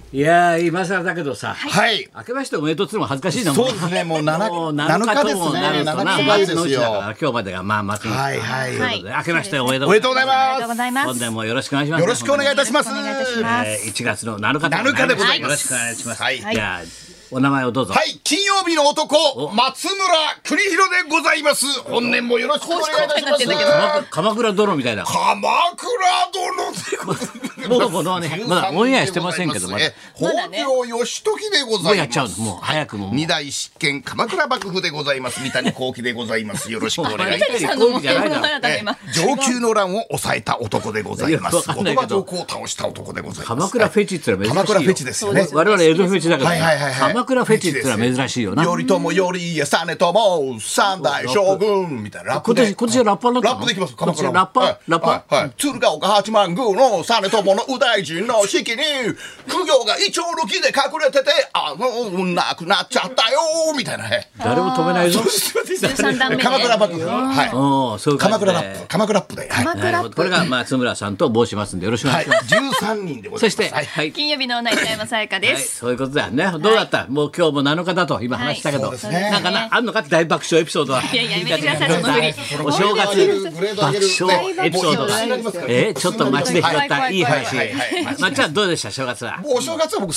いやー今更だけどさ、 はい。 明けましておめでとうっつうのも恥ずかしいなそうですね。もうもう 7日ですね。 なるとな 7日松のですよ。 内だから今日までがまあ松の内はいはい。 ということで明けましておめでとうおめでとうございありがとうます。 ございます。 本年もよろしくお願いします。 よろしくお願いいたします。 お願いいたします。 1月の7日 7日でございますよろしくお願いします。 はいじゃあお名前をどうぞ。 はい、金曜日の男、松村邦弘でございます。本年もよろしくお願いいたします。 鎌倉殿みたいな。 鎌倉殿でございます。 もうこのねまだオンエアしてませんけどまだ北条義時でございます。 もうやっちゃうのもう早くも二代執権鎌倉幕府でございます三谷幸喜でございます。よろしくお願いいたします。 飛行機じゃないだろ。 上級の乱を抑えた男でございます。 いやわかんないけど後鳥羽上皇を倒した男でございます。 鎌倉フェチってのは珍しいよ。 鎌倉フェチですよね。 我々江戸フェチだけどはいはいはいはい鎌倉フェチってのは珍しいよな。 頼朝、頼家、実朝、三代将軍みたいなラップで。 今年はラッパーになったの？ ラップできます。 今年はラッパーラッパー。 はい。鶴岡八幡宮の実朝の右大臣の式に公暁がイチョウの木で隠れてて亡くなっちゃったよみたいなね。 誰も止めないぞ。 13段目ね。 鎌倉幕府。はい。 そういう感じで鎌倉ラップ。鎌倉ラップで。はい。 これが松村さんと申しますんでよろしくお願いします。 13人でございます。 そしてはい金曜日のナイタ山さやかではい、 す。 そういうことだよね。どうだったもう今日も7日だと今話したけど、 そうですねなんかあんのかって大爆笑エピソードは。 いやいややめてくださいその振り。 お正月グレード上げる爆笑エピソードもう今年になりますからちょっと街で拾ったいい話はいはいはいはい。 まっちゃんどうでした正月は。 もうお正月は僕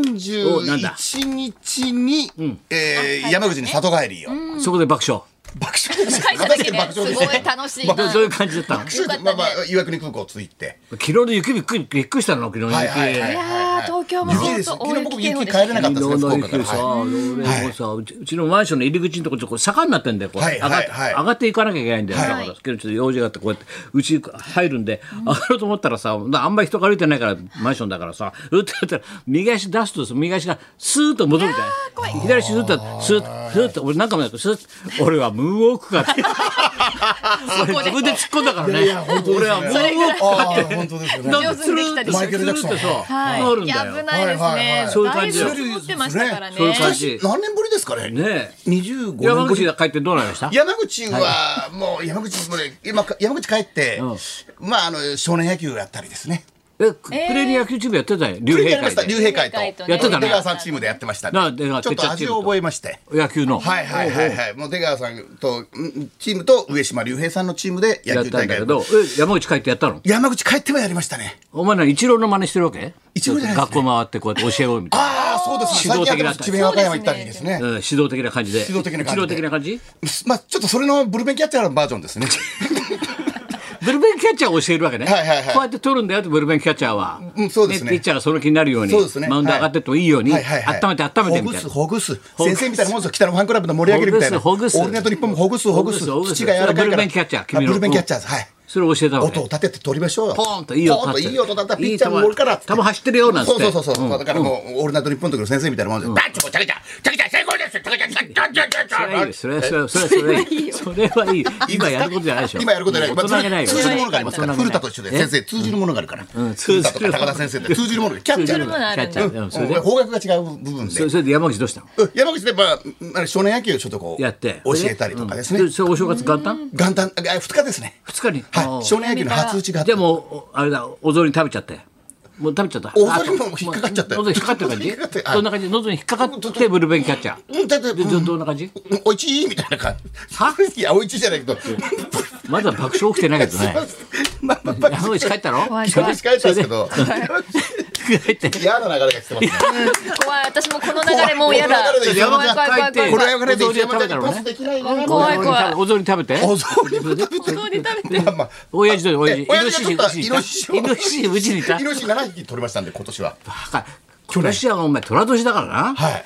31日に山口に里帰りを。 そこで爆笑。 爆笑です。 書いただけで爆す笑ですね。 ごい楽しいな。 どういう感じだったの？ まあまあ岩国空港着いて。 昨日の雪びっくりしたの昨日の雪。 はいはいはいいやー東京も雪です。 本当昨日僕雪帰大雪警報でしたれなかったですね。 昨日の福岡から。 雪さ、 はい俺もさ、うちのマンションの入り口のところちょっと坂になってんだよ。こうはいはいはい上がっていかなきゃいけないんだよ。 はいだから今日ちょっと用事があってこうやってうち入るんで上がろうと思ったらさ、あんまり人が歩いてないからマンションだからさ、うってやったら右足出すと右足がスーッと戻るみたいな。左足スーッとスーッと俺なんかもやるとスーッと俺はムーンウォークかって。俺自分で突っ込んだからね。俺はムーンウォークかって。 本当ですよね。 上手にできたでしょマイケルジャクソン。 ってさ、 はいなるんだよ。 いや危ないですね。 そういう感じよだいぶ持ってましたからね。 そういう感じ何年ぶりですかね。 ね 25 え。山年ぶり。 口が帰ってどうなりました？ 山口はもう山口もね今山口帰ってまあ少年野球やったりですね。 プレミア野球チームやってたよ。竜兵会で。 竜兵会とやってたね出川さんチームでやってましたね。ちょっと味を覚えまして。 野球の。 はいはいはいはい。もう出川さんとチームと上島竜兵さんのチームでや野球大会ったんだけど、山口帰ってやったの？ 山口帰ってもやりましたね。 お前らイチローの真似してるわけ？ イチローじゃないですね学校回ってこうやって教えようみたいな。 ああそうですね。 指導的な智弁和歌山行ったりですね。 指導的な感じで。 指導的な感じで指導的な感じ？ まあちょっとそれのブルペンキャッチャーのバージョンですね。 ブルペンキャッチャーを教えるわけね。 はいはいはいこうやって取るんだよってブルペンキャッチャーは。 そうですねピッチャーがその気になるようにそうですねマウンド上がってってもいいように温めて温めてみたいな。 ほぐす先生みたいなもんですよ。北のファンクラブの盛り上げるみたいな。オほぐすールナイトニッポンもほぐす土が柔らかいから。 ブルペンキャッチャー君のブルペンキャッチャーです。はい。 それを教えたわけ。 音を立てて取りましょうよ。 ポーンといい音立って。 いい音立ったピッチャーもおるから。 球走ってるよなんて。 そうだからもうオールナイトニッポンの時の先生みたいなもんですよ。ダッチョチャキチャチャキチャ成功です。チャキチャチャキチャチャチャチャ。 それはいい。今やることじゃないでしょ。 今やることじゃない。 大人げないよ。 通じるものがありますから。古田と一緒で先生通じるものがあるから。古田とか高田先生って通じるものがキャッチャー。方角が違う部分で。 それで山口どうしたの？ 山口で少年野球をちょっっとこうやって教えたりとかですね。 それお正月元旦元旦2日ですね。 2日に。 はい。少年野球の初打ちがあって。 でもあれだお雑煮食べちゃって。もう食べちゃった。 お雑煮も引っかかっちゃったよ。 喉に引っかかってる感じ？どんな感じ？喉に引っかかってブルペンキャッチャー。どんな感じ？ おいちいみたいな感じ。 は？ いやおいちいじゃないけど。 まだ爆笑起きてないけどね。山口帰ったの？ 山口帰ったんですけど。嫌な流れが来てますね。 怖い。私もこの流れもう嫌だ。 これは流れでお雑煮食べたのね。 怖い怖い。 お雑煮食べて。 お雑煮食べて。 親父と親父。 イノシシうちにいた。 イノシシ7匹取りましたんで今年は。 今年はお前寅年だからな。 はい。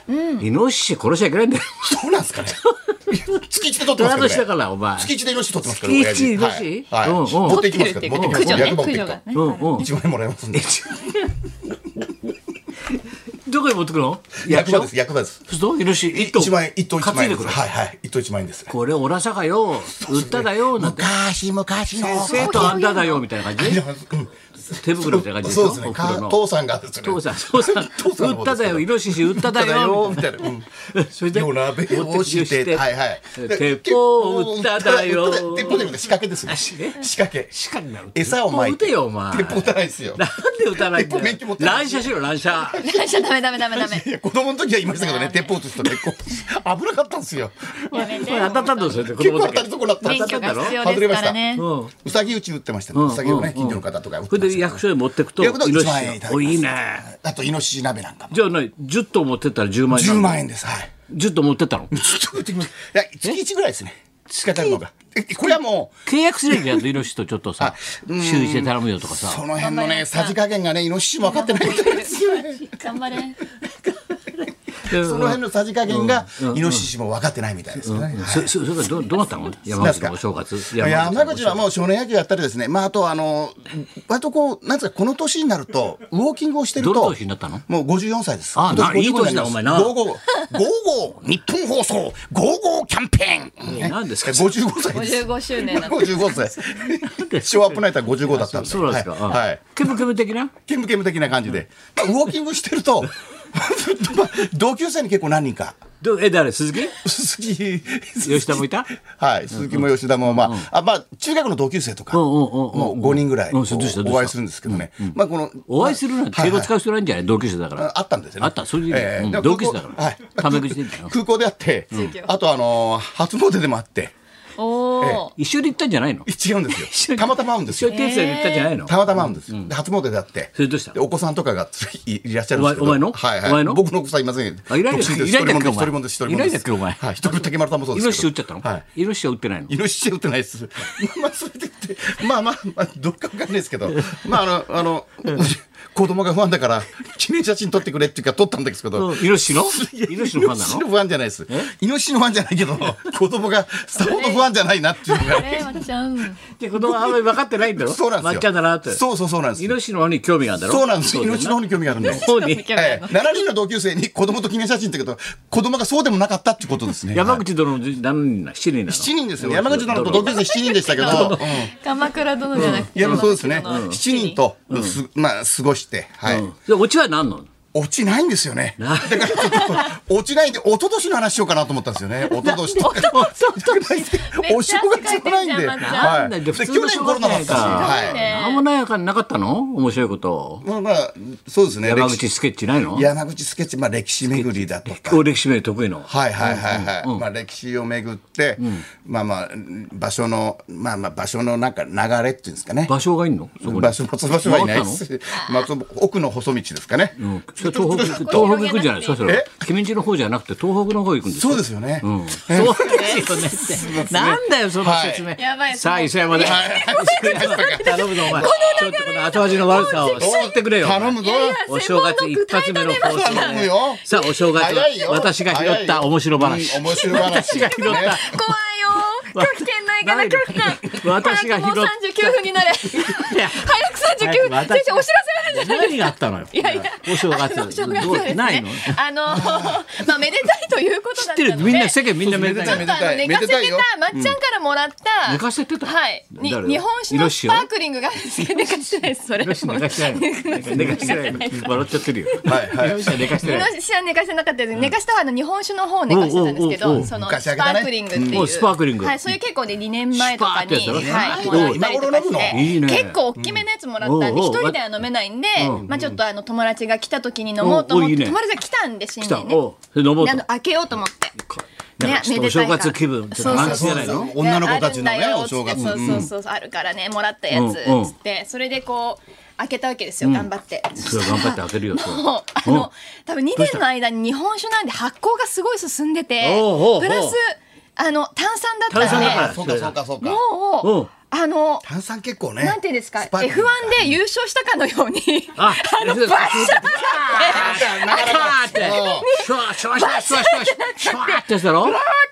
イノシシ殺しちゃいけないんだよ。 そうなんですかね。月一で取ってますからね。 寅年だからお前。 月一でイノシシ取ってますから月一イノシシ？ はい。持っていきますから。持っていきます。役持っていくと。1万円もらえますんで。 どこに持ってくの？ 役場です。役場です。 そうイノシシ1頭 1万円1頭1万円です。 担いでくる。 はいはい。1頭1万円です。 これおらさがよ売っただよなんて。 昔の生とあんだだよみたいな感じ。 手袋みたいな感じでしょ。 そうですね。 お風呂の父さんがですね。 父さんの売っただよ、イノシシ売っただよみたいな。 それで夜鍋をして、はいはい。 鉄砲売っただよ。 鉄砲じゃなくて仕掛けですね。仕掛け。 しかになる。 餌をまいて。 撃てよお前。 鉄砲撃たないですよ。 なんで撃たないんだ免許持よ。 ってない乱射しろ乱射。 乱射ダメダメダメダメ。 いや子供の時は言いましたけどね、鉄砲撃つと結構危なかったんですよ。 やめて。 当たったんですよ子結構当供の時。 たるとこだった。 免許が必要ですからね。 うさぎ打ち打ってましたね。うさぎをね、近所の方とか打ってそれました。 で役所に持ってくとイ役所ノシ 1万円いただきますシ。おいいね。 あとイノシシ鍋なんかも。 じゃあ何10頭持ってったら10万円。 10万円です。はい。 10頭持ってったの。 いや月1ぐらいですね。仕方のが。これはもう契約するんやんイノシシとちょっとさ週一で頼むよとかさ。 その辺のねさじ加減がねイノシシも分かってないみたいですよね。 頑張れ。 その辺のさじ加減がイノシシも分かってないみたいですね。 それからどうなったの山口のお正月。 山口はもう少年野球やったりですね。まああと割とこうなんですかこの年になるとウォーキングをしてるとどの年になったの。 もう54歳です。 あ今いい年だお前な。 ゴーゴー日本放送ゴーゴーキャンペーン。 何ですか。 55歳です。 55周年なの。 55歳。ショーアップナイター55だったんで。 そうなんですか。 はい。 ケムケム的な。 ケムケム的な感じで。ウォーキングしてると同級生に結構何人か。 誰鈴木鈴木吉田もいた。 はい鈴木も吉田もまあ中学の同級生とかもう5人ぐらいお会いするんですけどね。まあこのお会いするなんて敬語使う人ないんじゃない同級生だから。 あったんですよね。 あったそれで同級生だからタメ口でいいんだよ。 空港であってあと初詣でもあってお一緒に行ったんじゃないの。 違うんですよ。たまたま会うんですよ。 一緒に手伝いで行ったんじゃないの。 たまたま会うんですよ。初詣であってそれどうした。 お子さんとかがいらっしゃるんですけど。 お前のはいお前の僕のお子さんいません。 いないんだっけ。いないんだっけお前。 一人もです一人もいないんです。 だっけお前。 はい一人竹丸さんもそうですけど。 イノシシ撃っちゃったの。 はいイノシシは撃ってないの。 イノシシ撃ってないです。まあそれで言ってまあどっかわかんないですけどまあ子供が不安だから記念写真撮ってくれっていうか撮ったんですけどイノシシのイノシシのファンなイノシシの。 の不安じゃないですイノシシのファンじゃないけど子供がさほど不安じゃないなっていうのが私はで子供はあんまり分かってないんだろ。 そうなんですよまっちゃんだなって。 そうなんですイノシシの方に興味があるんだろ。 そうなんですイノシシの方に興味があるんで方に 7人の同級生に子供と記念写真ってけど子供がそうでもなかったっていうことですね山口殿の何人な7人なの。 7人ですね山口殿と同級生7人でしたけど鎌倉殿じゃなくて。 いやそうですね7人とまあ過ごしてはいでオチは何なの。 落ちないんですよね。だからちょっと落ちないんで一昨年の話しようかなと思ったんですよね。一昨年とか。お正月もないんで。 なんだよで去年コロナだったし。はい。 なんもないかなかったの面白いこと。 まあそうですね。 山口スケッチないの。 山口スケッチ歴史巡りだとか。 歴史巡り得意の。 はいまあ歴史を巡ってまあ場所の場所のなんか流れっていうんですかね。 場所がいんの。 場所はいないです。奥の細道ですかね。 東北行くんじゃないですかそれ。君んちの方じゃなくて東北の方行くんです。 そうですよね。 そうですよねって。なんだよその説明。さあ磯山で。頼むぞお前。ちょっとこの後味の悪さを知ってくれよ。 頼むぞ。 お正月一発目の放送。 頼むよ。 さあお正月私が拾った面白話。 面白話。 私が拾った。 怖いよ。拒否権ないから拒否権。 私が拾っ早くもう39分になれ。早く39分。先生お知らせあるじゃない。 何があったのよ。お正月お正月はですねないの。 まあめでたいということだったので。 みんな世間みんなめでたい。 寝かせてたまっちゃんからもらった寝かせてた。 はい日本酒のスパークリングが寝かしてないですそれ。 寝かしてない。寝かしてない。笑っちゃってるよ。 はい。 寝かしてない。 イノシシは寝かしてなかったです。寝かしたは日本酒の方を寝かしてたんですけど、そのスパークリングっていう。 スパークリング。 はい、そういう結構ね2年前とかにもらったりとかして結構大きめのやつもらったんで一人では飲めないんで、まあちょっと友達が来た時に飲もうと思って友達が来たんで新年ね。開けようと思って。 ね、お正月気分って満喫じゃないの。 女の子たちのねお正月。 そうあるからねもらったやつつってそれでこう開けたわけですよ頑張って。 それ頑張って開けるよ。 多分2年の間に日本酒なんで発酵がすごい進んでてプラス炭酸だったんでそうかもう炭酸結構ねなんていうんですか F1 で優勝したかのようにバッシャーなかなかってシュワシュワシュワシュワシュワってやつだろ。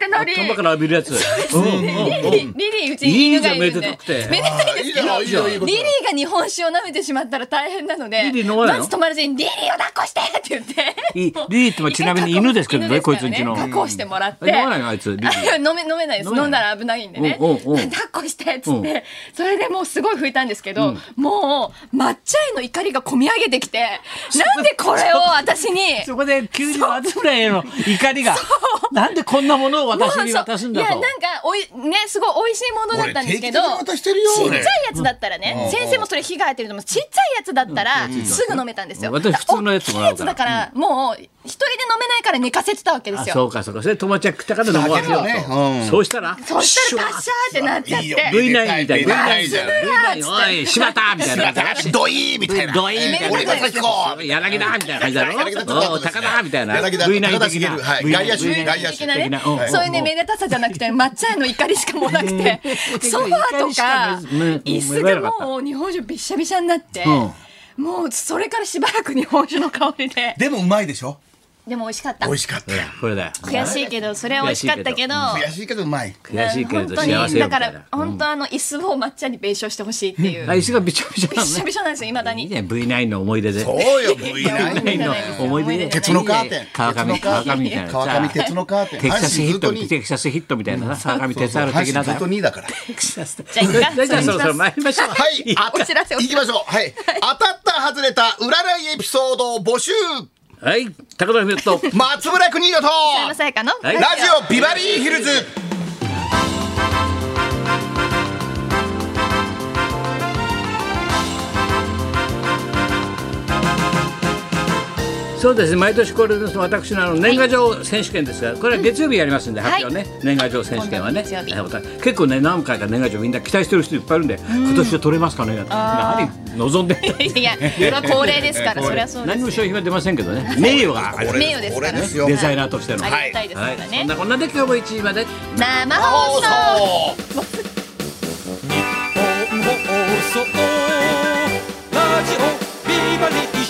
って乗り。 頭から浴びるやつ。 リリーうちに犬がいるんで。 いいじゃんめでたくて。 めでたいですけど、 いいじゃんリリーが日本酒を舐めてしまったら大変なので、 リリー飲まないのまず友達にリリーを抱っこしてって言って。 リリーってちなみに犬ですけどね、こいつんちの。 抱っこしてもらって。 飲まないのあいつ。 飲めないです。飲んだら危ないんでね。抱っこしてっつって、それでもうすごい拭いたんですけど、もう抹茶への怒りがこみ上げてきて、なんでこれを私に。 そこで急に松村への怒りが。なんでこんなものを私に渡すんだと。 いやなんかすごい美味しいものだったんですけど、ちっちゃいやつだったらね、先生もそれ被害入ってると思う。ちっちゃいやつだったらすぐ飲めたんですよ。 私普通のやつもらうから。 だからもう一人で飲めないから寝かせてたわけですよ。 そうかそうか。それ友達が食ったから飲むわけよ。そうしたらパッシャーってなっちゃって。 V9 みたいな。V9 おい柴田みたいな。 ドイーみたいな。 ドイーみたいな。 俺が先行。 柳田みたいな感じだろ。高田みたいな。V9 的な。 外野手ね。そういうねめでたさじゃなくて抹茶への怒りしかもなくて、ソファーとか椅子でもう日本酒びっしゃびしゃになって、もうそれからしばらく日本酒の香りで。 でもうまいでしょ。 でも美味しかった。 美味しかった。 これだよ。 悔しいけどそれは美味しかったけど。 悔しいけどうまい。 悔しいけど幸せだから本当椅子を抹茶に弁償してほしいっていう。 椅子がびちょびちょなのね。 びしょびしょなんですよ未だに。 いいね V9 の思い出で。 そうよ V9 の思い出で。 鉄のカーテン。 川上みたいな。 川上鉄のカーテン。 テキサスヒットみたいな川上哲治的な。 ずっと2位だから。 じゃあそろそろ参りましょう。 はい。行きましょう。はい。当たった外れた占いエピソードを募集。 はい、高田文夫と松村邦洋とラジオビバリーヒルズ。 そうですね、毎年これです私の年賀状選手権ですが、これは月曜日やりますんで、発表ね、年賀状選手権はね、結構ね何回か年賀状みんな期待してる人いっぱいいるんで、今年は取れますかねや望んでいやこれは恒例ですから、それはそうです。 何も商品は出ませんけどね、名誉が名誉ですからね、 デザイナーとしての。 ありがたいですからね。 そんなこんなで今日も1時まで生放送。 日本放送ラジオビバリー